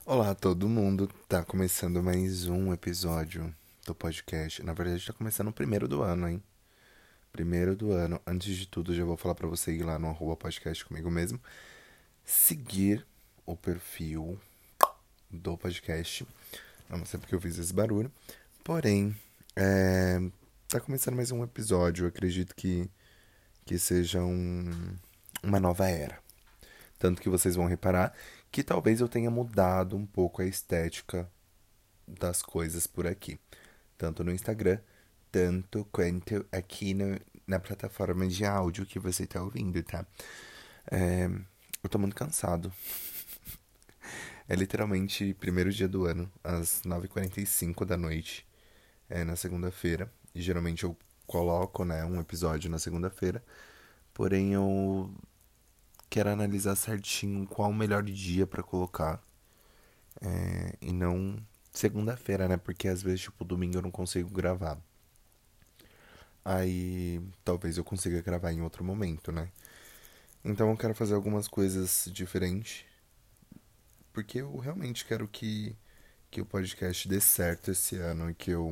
Olá, todo mundo. Tá começando mais um episódio do podcast. Na verdade, tá começando o primeiro do ano, hein? Primeiro do ano. Antes de tudo, já vou falar pra você ir lá no @podcast comigo mesmo. Seguir o perfil do podcast. Eu não sei porque eu fiz esse barulho. Porém, é... tá começando mais um episódio. Eu acredito que seja uma nova era. Tanto que vocês vão reparar que talvez eu tenha mudado um pouco a estética das coisas por aqui. Tanto no Instagram, tanto quanto aqui na plataforma de áudio que você tá ouvindo, tá? É, eu tô muito cansado. É literalmente primeiro dia do ano, às 9h45 da noite, na segunda-feira. E geralmente eu coloco, né, um episódio na segunda-feira. Porém, eu quero analisar certinho qual o melhor dia pra colocar. E não segunda-feira, né? Porque às vezes, tipo, domingo eu não consigo gravar. Aí talvez eu consiga gravar em outro momento, né? Então eu quero fazer algumas coisas diferentes, porque eu realmente quero que o podcast dê certo esse ano e que eu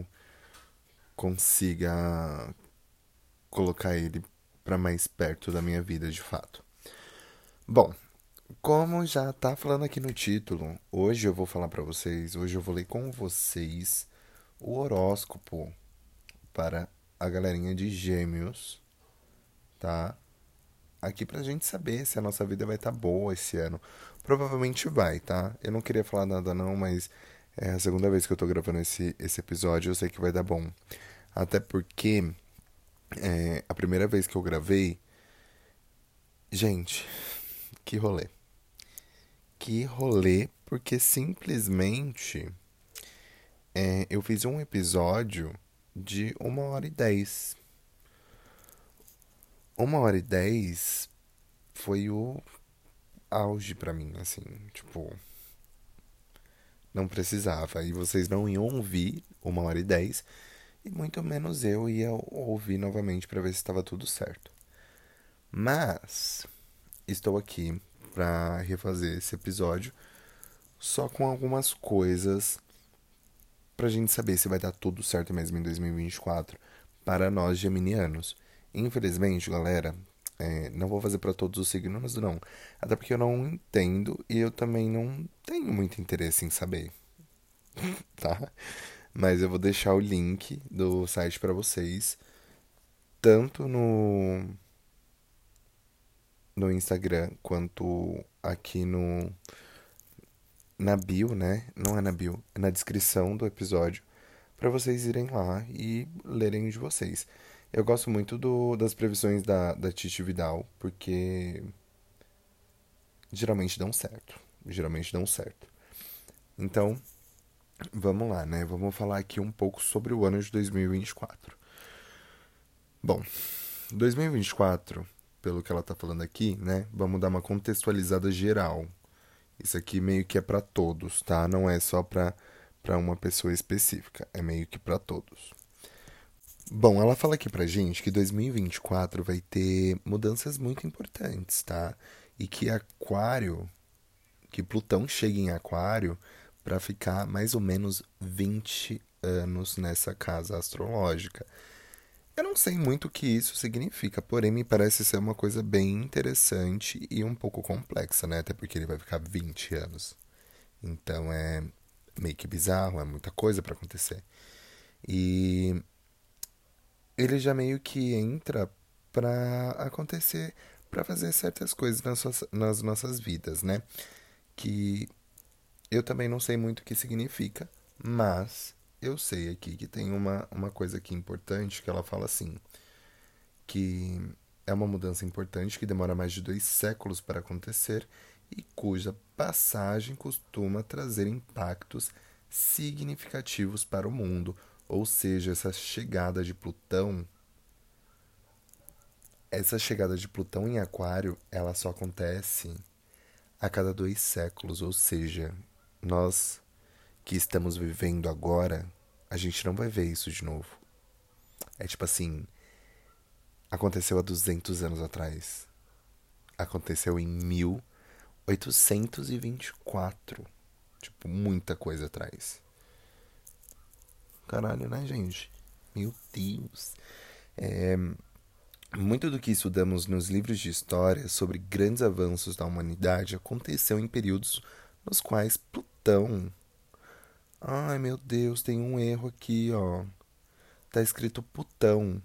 consiga colocar ele para mais perto da minha vida de fato. Bom, como já tá falando aqui no título, hoje eu vou falar para vocês, hoje eu vou ler com vocês o horóscopo para a galerinha de Gêmeos, tá? Aqui pra gente saber se a nossa vida vai estar boa esse ano. Provavelmente vai, tá? Eu não queria falar nada não, mas é a segunda vez que eu tô gravando esse episódio, eu sei que vai dar bom. Até porque a primeira vez que eu gravei, gente, que rolê. Que rolê, porque simplesmente eu fiz um episódio de 1h10. 1h10 foi o auge pra mim, assim, tipo, não precisava. E vocês não iam ouvir 1h10. E muito menos eu ia ouvir novamente para ver se estava tudo certo. Mas estou aqui para refazer esse episódio só com algumas coisas pra gente saber se vai dar tudo certo mesmo em 2024 para nós geminianos. Infelizmente, galera, não vou fazer para todos os signos, não. Até porque eu não entendo e eu também não tenho muito interesse em saber, tá? Mas eu vou deixar o link do site para vocês, tanto no Instagram quanto aqui no na bio, né? Não é na bio, é na descrição do episódio, para vocês irem lá e lerem de vocês. Eu gosto muito das previsões da Titi Vidal, porque geralmente dão certo. Geralmente dão certo. Então, vamos lá, né? Vamos falar aqui um pouco sobre o ano de 2024. Bom, 2024, pelo que ela tá falando aqui, né? Vamos dar uma contextualizada geral. Isso aqui meio que é pra todos, tá? Não é só pra uma pessoa específica, é meio que pra todos. Bom, ela fala aqui pra gente que 2024 vai ter mudanças muito importantes, tá? E que Aquário, que Plutão chega em Aquário pra ficar mais ou menos 20 anos nessa casa astrológica. Eu não sei muito o que isso significa, porém me parece ser uma coisa bem interessante e um pouco complexa, né? Até porque ele vai ficar 20 anos. Então é meio que bizarro, é muita coisa pra acontecer. E ele já meio que entra pra acontecer, pra fazer certas coisas nas nossas vidas, né? Que eu também não sei muito o que significa, mas eu sei aqui que tem uma coisa aqui importante que ela fala assim, que é uma mudança importante que demora mais de 2 séculos para acontecer e cuja passagem costuma trazer impactos significativos para o mundo. Ou seja, essa chegada de Plutão em Aquário, ela só acontece a cada 2 séculos. Ou seja, nós que estamos vivendo agora, a gente não vai ver isso de novo. É tipo assim, aconteceu há 200 anos atrás. Aconteceu em 1824. tipo, muita coisa atrás. Caralho, né, gente? Meu Deus. Muito do que estudamos nos livros de história sobre grandes avanços da humanidade aconteceu em períodos nos quais Plutão. Ai, meu Deus, tem um erro aqui, ó. Tá escrito Putão.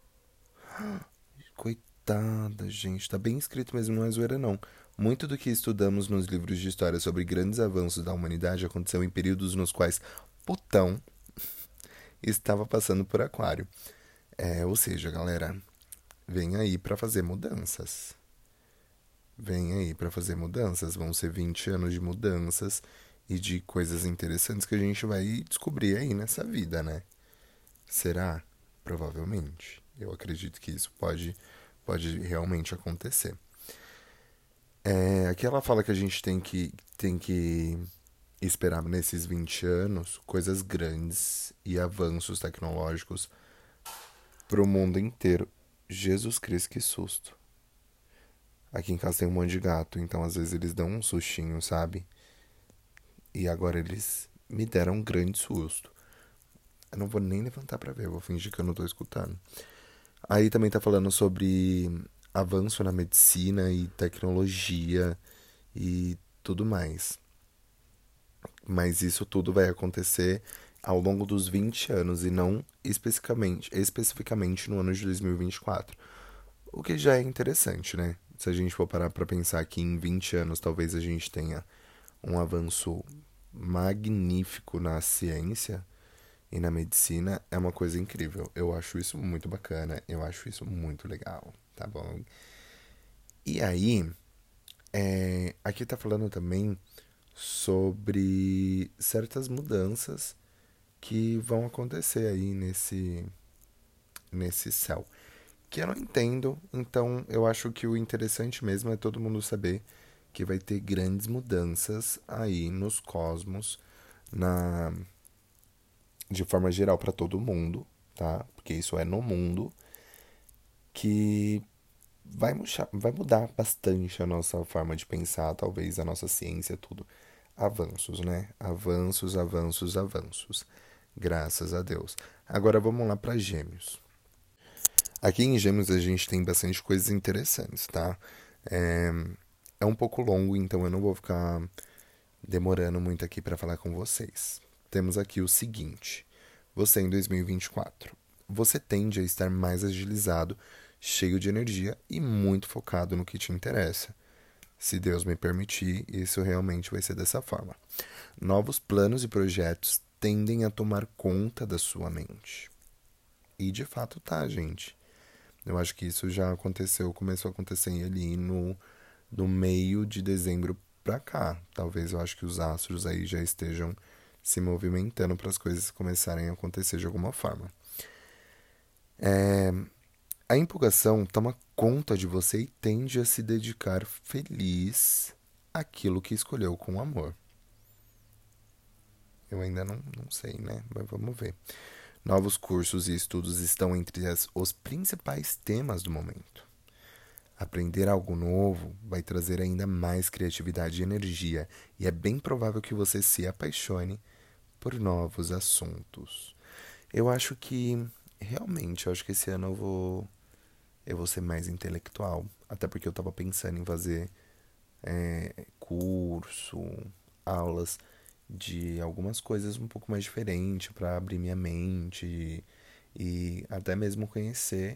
Coitada, gente. Tá bem escrito mesmo, não é zoeira, não. Muito do que estudamos nos livros de história sobre grandes avanços da humanidade aconteceu em períodos nos quais Plutão estava passando por Aquário. Ou seja, galera, vem aí pra fazer mudanças. Vem aí pra fazer mudanças. Vão ser 20 anos de mudanças e de coisas interessantes que a gente vai descobrir aí nessa vida, né? Será? Provavelmente. Eu acredito que isso pode realmente acontecer. Aqui ela fala que a gente tem que esperar nesses 20 anos coisas grandes e avanços tecnológicos pro mundo inteiro. Jesus Cristo, que susto. Aqui em casa tem um monte de gato, então às vezes eles dão um sustinho, sabe? E agora eles me deram um grande susto. Eu não vou nem levantar pra ver, eu vou fingir que eu não tô escutando. Aí também tá falando sobre avanço na medicina e tecnologia e tudo mais. Mas isso tudo vai acontecer ao longo dos 20 anos e não especificamente no ano de 2024. O que já é interessante, né? Se a gente for parar para pensar que em 20 anos talvez a gente tenha um avanço magnífico na ciência e na medicina, é uma coisa incrível. Eu acho isso muito bacana, eu acho isso muito legal, tá bom? E aí, aqui tá falando também sobre certas mudanças que vão acontecer aí nesse céu. Que eu não entendo, então eu acho que o interessante mesmo é todo mundo saber que vai ter grandes mudanças aí nos cosmos, na de forma geral para todo mundo, tá? Porque isso é no mundo que vai mudar bastante a nossa forma de pensar, talvez a nossa ciência, tudo. Avanços, né? Avanços, avanços, avanços. Graças a Deus. Agora vamos lá para Gêmeos. Aqui em Gêmeos a gente tem bastante coisas interessantes, tá? É, é um pouco longo, então eu não vou ficar demorando muito aqui para falar com vocês. Temos aqui o seguinte: você em 2024, você tende a estar mais agilizado, cheio de energia e muito focado no que te interessa. Se Deus me permitir, isso realmente vai ser dessa forma. Novos planos e projetos tendem a tomar conta da sua mente. E de fato tá, gente. Eu acho que isso já aconteceu, começou a acontecer ali no meio de dezembro pra cá. Talvez eu acho que os astros aí já estejam se movimentando para as coisas começarem a acontecer de alguma forma. A empolgação toma conta de você e tende a se dedicar feliz àquilo que escolheu com amor. Eu ainda não sei, né? Mas vamos ver. Novos cursos e estudos estão entre os principais temas do momento. Aprender algo novo vai trazer ainda mais criatividade e energia, e é bem provável que você se apaixone por novos assuntos. Eu acho que, realmente, eu acho que esse ano eu vou ser mais intelectual. Até porque eu tava pensando em fazer curso, aulas de algumas coisas um pouco mais diferentes para abrir minha mente e até mesmo conhecer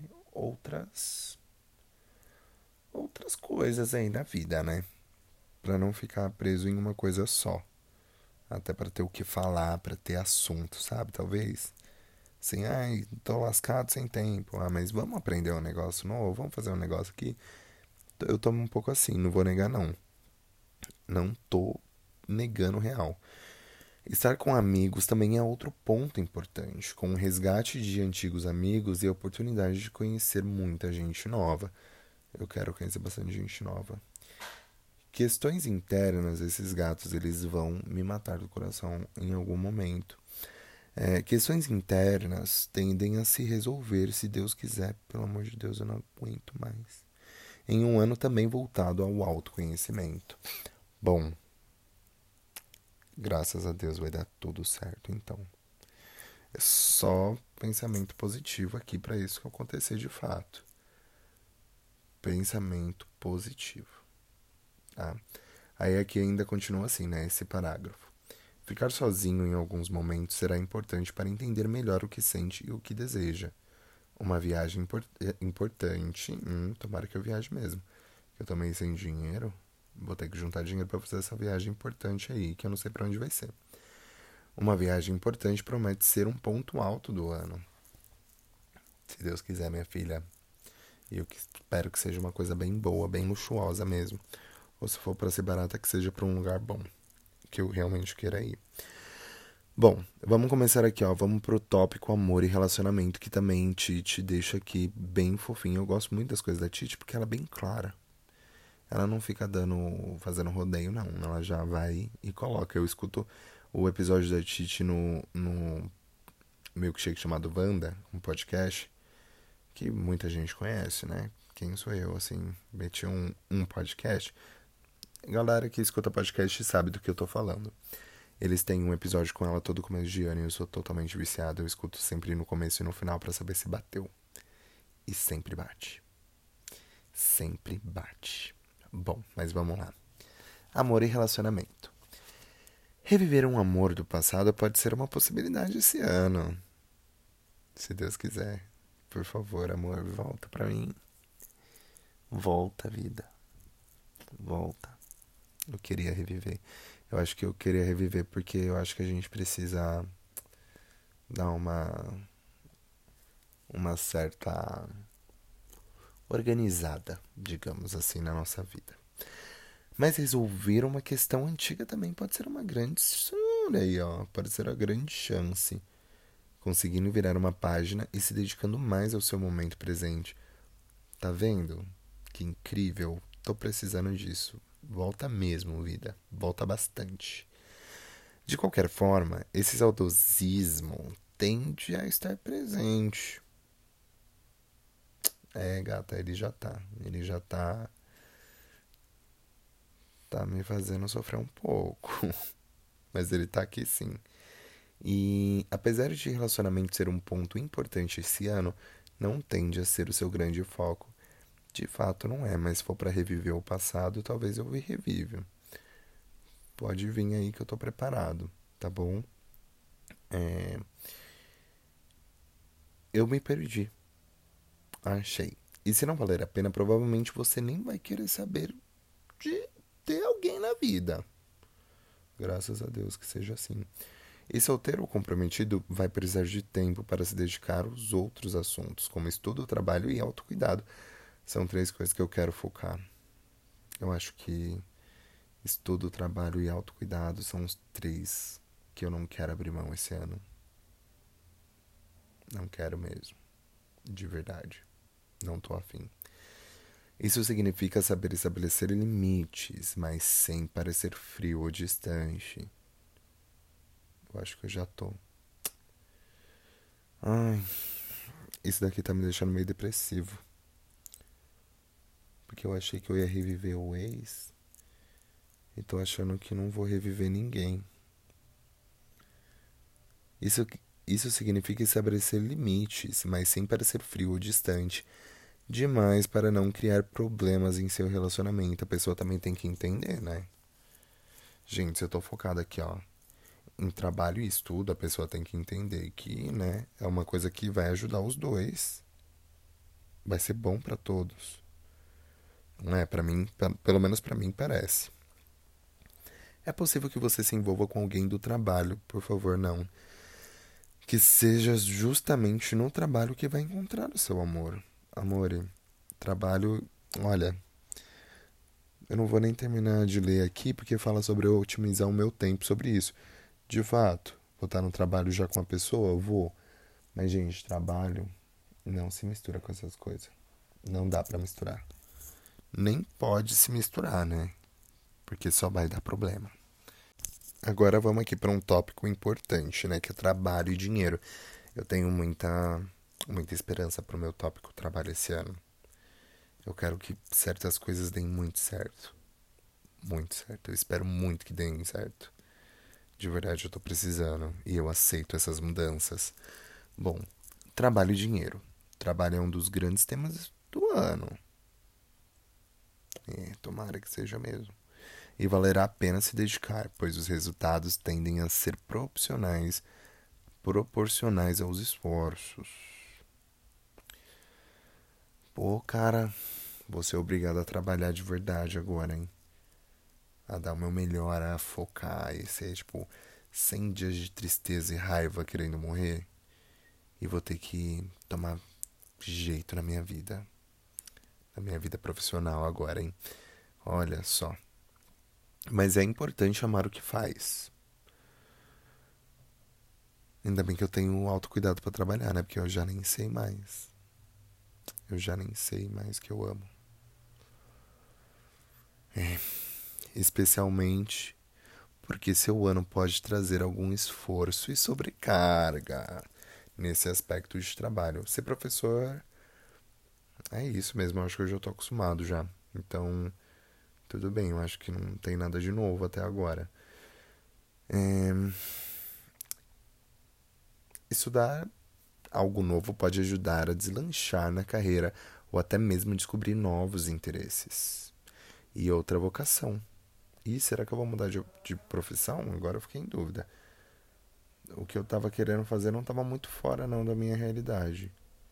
outras coisas aí na vida, né? Para não ficar preso em uma coisa só. Até para ter o que falar, para ter assunto, sabe? Talvez. Assim, ai, tô lascado sem tempo. Ah, mas vamos aprender um negócio novo, vamos fazer um negócio aqui. Eu tô um pouco assim, não vou negar não. Não tô negando real. Estar com amigos também é outro ponto importante, com o resgate de antigos amigos e a oportunidade de conhecer muita gente nova. Eu quero conhecer bastante gente nova. Questões internas, esses gatos, eles vão me matar do coração em algum momento. Questões internas tendem a se resolver se Deus quiser. Pelo amor de Deus, eu não aguento mais. Em um ano também voltado ao autoconhecimento. Bom, Graças a Deus vai dar tudo certo, então. É só pensamento positivo aqui para isso que acontecer de fato. Pensamento positivo, tá? Aí aqui ainda continua assim, né, esse parágrafo. Ficar sozinho em alguns momentos será importante para entender melhor o que sente e o que deseja. Uma viagem importante. Tomara que eu viaje mesmo. Eu tô meio sem dinheiro. Vou ter que juntar dinheiro para fazer essa viagem importante aí, que eu não sei para onde vai ser. Uma viagem importante promete ser um ponto alto do ano. Se Deus quiser, minha filha. E eu espero que seja uma coisa bem boa, bem luxuosa mesmo. Ou se for para ser barata, que seja para um lugar bom, que eu realmente queira ir. Bom, vamos começar aqui, ó. Vamos pro tópico amor e relacionamento, que também Titi deixa aqui bem fofinho. Eu gosto muito das coisas da Titi porque ela é bem clara. Ela não fica fazendo rodeio, não. Ela já vai e coloca. Eu escuto o episódio da Titi no milkshake chamado Wanda, um podcast, que muita gente conhece, né? Quem sou eu, assim, meti um podcast. Galera que escuta podcast sabe do que eu tô falando. Eles têm um episódio com ela todo começo de ano e eu sou totalmente viciado. Eu escuto sempre no começo e no final pra saber se bateu. E sempre bate. Sempre bate. Bom, mas vamos lá. Amor e relacionamento. Reviver um amor do passado pode ser uma possibilidade esse ano. Se Deus quiser. Por favor, amor, volta pra mim. Volta, vida. Volta. Eu queria reviver. Eu acho que eu queria reviver porque eu acho que a gente precisa dar uma certa organizada, digamos assim, na nossa vida. Mas resolver uma questão antiga também pode ser uma grande. Olha aí, ó. Pode ser uma grande chance. Conseguindo virar uma página e se dedicando mais ao seu momento presente. Tá vendo? Que incrível. Tô precisando disso. Volta mesmo, vida. Volta bastante. De qualquer forma, esse saudosismo tende a estar presente. É, gata, ele já tá. Ele já tá me fazendo sofrer um pouco. Mas ele tá aqui sim. E apesar de relacionamento ser um ponto importante esse ano, não tende a ser o seu grande foco. De fato não é, mas se for pra reviver o passado, talvez eu reviva. Pode vir aí que eu tô preparado, tá bom? É, eu me perdi. Achei. E se não valer a pena, provavelmente você nem vai querer saber de ter alguém na vida. Graças a Deus que seja assim. E solteiro ou comprometido vai precisar de tempo para se dedicar aos outros assuntos, como estudo, trabalho e autocuidado. São três coisas que eu quero focar. Eu acho que estudo, trabalho e autocuidado são os três que eu não quero abrir mão esse ano. Não quero mesmo. De verdade. Não tô afim. Isso significa saber estabelecer limites, mas sem parecer frio ou distante. Eu acho que eu já tô. Ai, isso daqui tá me deixando meio depressivo. Porque eu achei que eu ia reviver o ex. E tô achando que não vou reviver ninguém. Isso, isso significa estabelecer limites, mas sem parecer frio ou distante demais para não criar problemas em seu relacionamento. A pessoa também tem que entender, né? Gente, se eu tô focado aqui, ó, em trabalho e estudo, a pessoa tem que entender que, né, é uma coisa que vai ajudar os dois. Vai ser bom pra todos. Não é? Para mim, pelo menos pra mim parece. É possível que você se envolva com alguém do trabalho, por favor, não. Que seja justamente no trabalho que vai encontrar o seu amor. Amor, trabalho, olha, eu não vou nem terminar de ler aqui porque fala sobre eu otimizar o meu tempo sobre isso. De fato, vou estar no trabalho já com a pessoa? Eu vou. Mas, gente, trabalho não se mistura com essas coisas. Não dá pra misturar. Nem pode se misturar, né? Porque só vai dar problema. Agora vamos aqui para um tópico importante, né? Que é trabalho e dinheiro. Eu tenho muita esperança pro meu tópico trabalho esse ano. Eu quero que certas coisas deem muito certo. Muito certo. Eu espero muito que deem certo. De verdade, eu tô precisando e eu aceito essas mudanças. Bom, trabalho e dinheiro. Trabalho é um dos grandes temas do ano. Tomara que seja mesmo. E valerá a pena se dedicar, pois os resultados tendem a ser proporcionais aos esforços. Pô, cara, vou ser obrigado a trabalhar de verdade agora, hein? A dar o meu melhor, a focar e ser, tipo, 100 dias de tristeza e raiva querendo morrer. E vou ter que tomar jeito na minha vida profissional agora, hein? Olha só. Mas é importante amar o que faz. Ainda bem que eu tenho autocuidado pra trabalhar, né? Porque eu já nem sei mais. Eu já nem sei mais que eu amo. Especialmente porque seu ano pode trazer algum esforço e sobrecarga nesse aspecto de trabalho. Ser professor é isso mesmo, eu acho que eu já tô acostumado já. Então, tudo bem, eu acho que não tem nada de novo até agora. É, estudar algo novo pode ajudar a deslanchar na carreira ou até mesmo descobrir novos interesses e outra vocação. E será que eu vou mudar de profissão? Agora eu fiquei em dúvida. O que eu tava querendo fazer não tava muito fora não da minha realidade.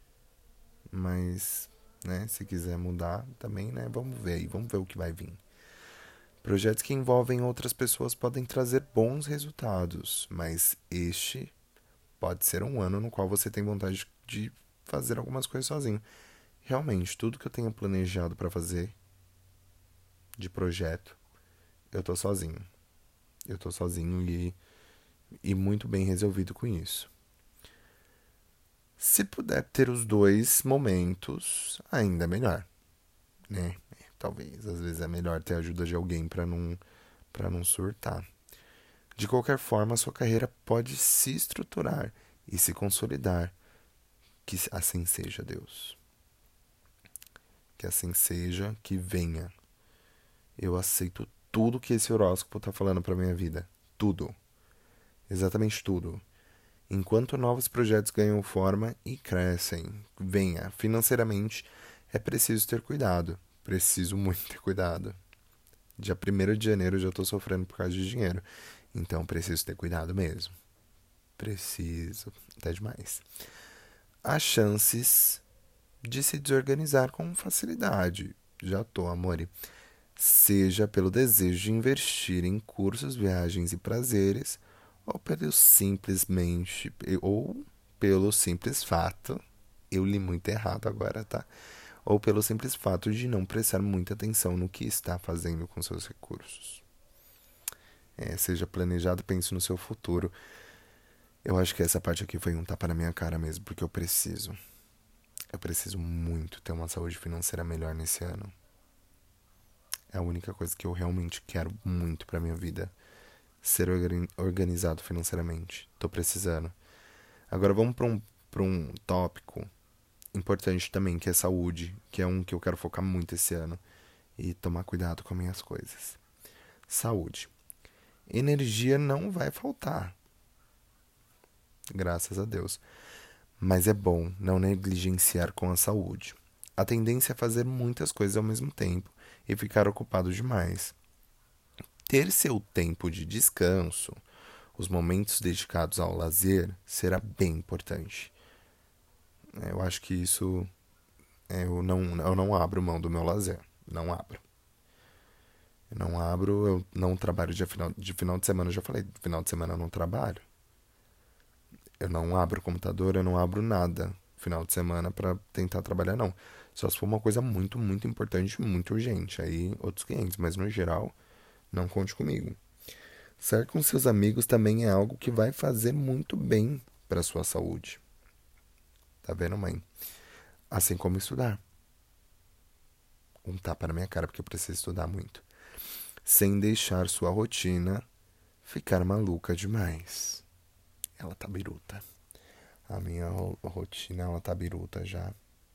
Mas, né, se quiser mudar também, né, vamos ver aí, vamos ver o que vai vir. Projetos que envolvem outras pessoas podem trazer bons resultados, mas este pode ser um ano no qual você tem vontade de fazer algumas coisas sozinho. Realmente, tudo que eu tenho planejado para fazer de projeto, eu tô sozinho. Eu tô sozinho e muito bem resolvido com isso. Se puder ter os dois momentos, ainda melhor, né? Talvez, às vezes é melhor ter a ajuda de alguém para não surtar. De qualquer forma, a sua carreira pode se estruturar e se consolidar. Que assim seja, Deus. Que assim seja, que venha. Eu aceito tudo que esse horóscopo está falando para minha vida. Tudo. Exatamente tudo. Enquanto novos projetos ganham forma e crescem, venha. Financeiramente, é preciso ter cuidado. Preciso muito ter cuidado. Dia 1º de janeiro eu já estou sofrendo por causa de dinheiro. Então preciso ter cuidado mesmo. Preciso. Até demais. Há chances de se desorganizar com facilidade. Já tô, amore. Seja pelo desejo de investir em cursos, viagens e prazeres, ou pelo simples fato, eu li muito errado agora, tá? Ou pelo simples fato de não prestar muita atenção no que está fazendo com seus recursos. Seja planejado, pense no seu futuro. Eu acho que essa parte aqui foi um tapa na minha cara mesmo, porque eu preciso. Eu preciso muito ter uma saúde financeira melhor nesse ano. É a única coisa que eu realmente quero muito pra minha vida. Ser organizado financeiramente. Tô precisando. Agora vamos pra um tópico importante também, que é saúde, que é um que eu quero focar muito esse ano. E tomar cuidado com as minhas coisas. Saúde. Energia não vai faltar. Graças a Deus. Mas é bom não negligenciar com a saúde. A tendência é fazer muitas coisas ao mesmo tempo e ficar ocupado demais. Ter seu tempo de descanso, os momentos dedicados ao lazer, será bem importante. Eu acho que isso. Eu não abro mão do meu lazer. Não abro. Eu não abro, eu não trabalho de final de semana. Eu já falei, final de semana eu não trabalho. Eu não abro o computador, eu não abro nada final de semana pra tentar trabalhar, não. Só se for uma coisa muito, muito importante, muito urgente. Aí outros clientes, mas no geral, não conte comigo. Sair com seus amigos também é algo que vai fazer muito bem para sua saúde. Tá vendo, mãe? Assim como estudar. Um tapa na minha cara porque eu preciso estudar muito. Sem deixar sua rotina ficar maluca demais. Ela tá biruta. A minha rotina, ela tá biruta já.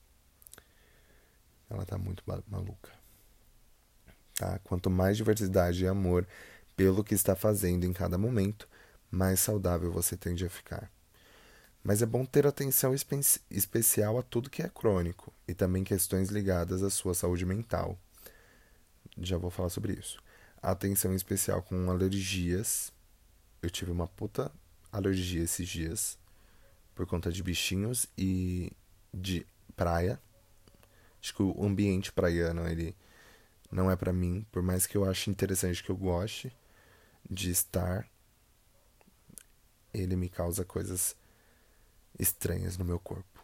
Ela tá muito maluca. Tá? Quanto mais diversidade e amor pelo que está fazendo em cada momento, mais saudável você tende a ficar. Mas é bom ter atenção especial a tudo que é crônico e também questões ligadas à sua saúde mental. Já vou falar sobre isso. Atenção especial com alergias. Eu tive uma puta alergia esses dias por conta de bichinhos e de praia. Acho que o ambiente praiano, ele não é pra mim, por mais que eu ache interessante, que eu goste de estar, ele me causa coisas estranhas no meu corpo.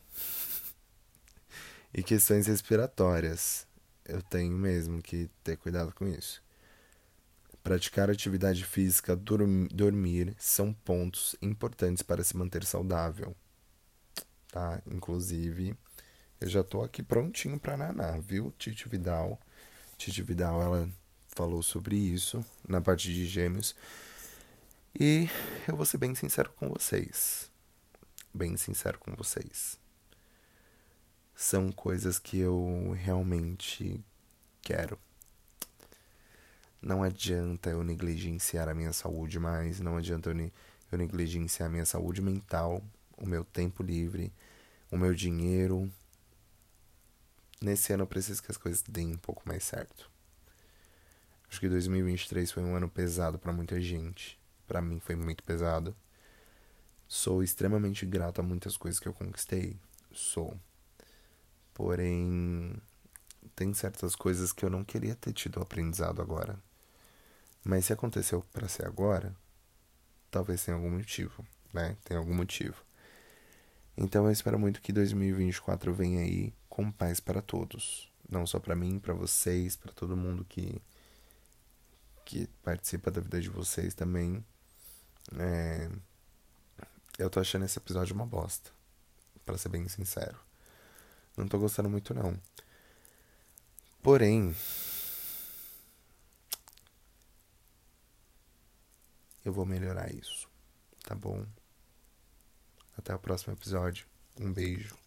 E questões respiratórias. Eu tenho mesmo que ter cuidado com isso. Praticar atividade física, dormir são pontos importantes para se manter saudável, tá? Inclusive, eu já tô aqui prontinho pra naná, viu, Titi Vidal? Titi Vidal, ela falou sobre isso na parte de gêmeos. E eu vou ser bem sincero com vocês. Bem sincero com vocês. São coisas que eu realmente quero. Não adianta eu negligenciar a minha saúde mais, não adianta eu negligenciar a minha saúde mental, o meu tempo livre, o meu dinheiro. Nesse ano eu preciso que as coisas deem um pouco mais certo. Acho que 2023 foi um ano pesado pra muita gente. Pra mim foi muito pesado. Sou extremamente grato a muitas coisas que eu conquistei. Sou. Porém, tem certas coisas que eu não queria ter tido aprendizado agora. Mas se aconteceu pra ser agora, talvez tenha algum motivo, né? Tem algum motivo. Então eu espero muito que 2024 venha aí com paz para todos. Não só pra mim, pra vocês, pra todo mundo que participa da vida de vocês também. É, eu tô achando esse episódio uma bosta, pra ser bem sincero. Não tô gostando muito não. Porém, eu vou melhorar isso, tá bom? Até o próximo episódio. Um beijo.